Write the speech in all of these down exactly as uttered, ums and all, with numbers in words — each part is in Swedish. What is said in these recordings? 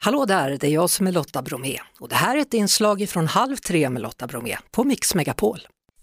Hallå där, det är jag som är Lotta Bromé och det här är ett inslag från Halv tre med Lotta Bromé på Mix Megapol.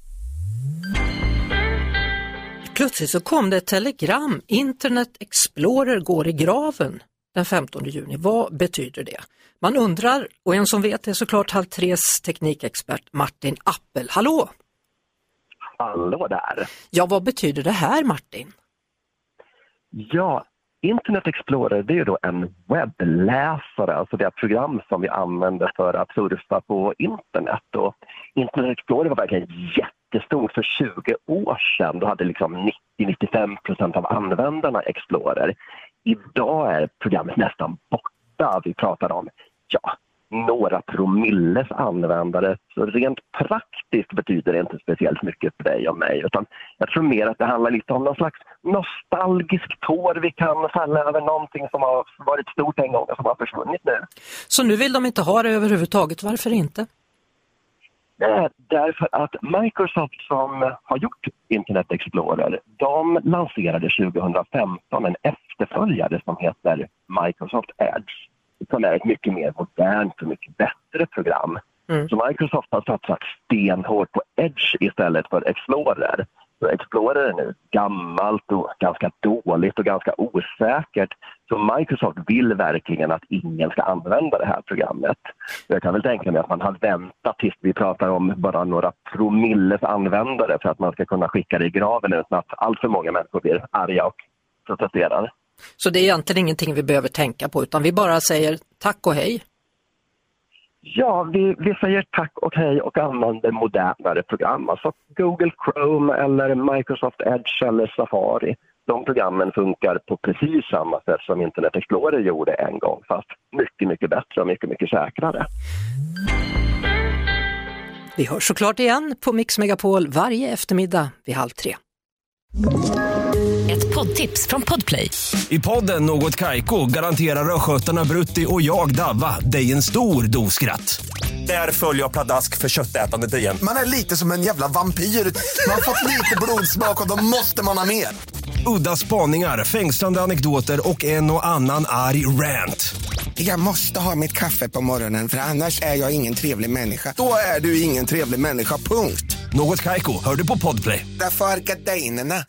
Plötsligt så kom det ett telegram, Internet Explorer går i graven den femtonde juni. Vad betyder det? Man undrar, och en som vet är såklart Halv tres teknikexpert Martin Appel. Hallå! Hallå där! Ja, vad betyder det här, Martin? Ja, Internet Explorer, det är ju då en webbläsare, alltså det är ett program som vi använder för att surfa på internet. Och Internet Explorer var verkligen jättestort för tjugo år sedan. Då hade liksom nittio till nittiofem procent av användarna Explorer. Idag är programmet nästan borta. Vi pratar om, ja, några promilles användare. Så rent praktiskt betyder det inte speciellt mycket för dig och mig. Utan jag tror mer att det handlar lite om någon slags nostalgisk tår vi kan falla över någonting som har varit stort en gång och som har försvunnit nu. Så nu vill de inte ha det överhuvudtaget, varför inte? Nej, därför att Microsoft som har gjort Internet Explorer, de lanserade tjugohundrafemton en efterföljare som heter Microsoft Edge. Som är ett mycket mer modernt och mycket bättre program. Mm. Så Microsoft har satsat stenhårt på Edge istället för Explorer. Så Explorer är nu gammalt och ganska dåligt och ganska osäkert. Så Microsoft vill verkligen att ingen ska använda det här programmet. Så jag kan väl tänka mig att man har väntat tills vi pratar om bara några promilles användare för att man ska kunna skicka det i graven utan att allt för många människor blir arga och protesterar. Så det är egentligen ingenting vi behöver tänka på utan vi bara säger tack och hej? Ja, vi, vi säger tack och hej och använder modernare program. Alltså Google Chrome eller Microsoft Edge eller Safari. De programmen funkar på precis samma sätt som Internet Explorer gjorde en gång. Fast mycket, mycket bättre och mycket, mycket säkrare. Vi hörs såklart igen på Mix Megapol varje eftermiddag vid halv tre. Ett poddtips från Podplay. I podden Något Kaiko garanterar röskötarna Brutti och jag Davva dig en stor doskratt. Där följer jag pladask för köttätandet igen. Man är lite som en jävla vampyr. Man har fått lite blodsmak och då måste man ha mer. Udda spaningar, fängslande anekdoter och en och annan arg rant. Jag måste ha mitt kaffe på morgonen för annars är jag ingen trevlig människa. Då är du ingen trevlig människa, punkt. Något Kaiko, hör du på Podplay. Därför är gardinerna.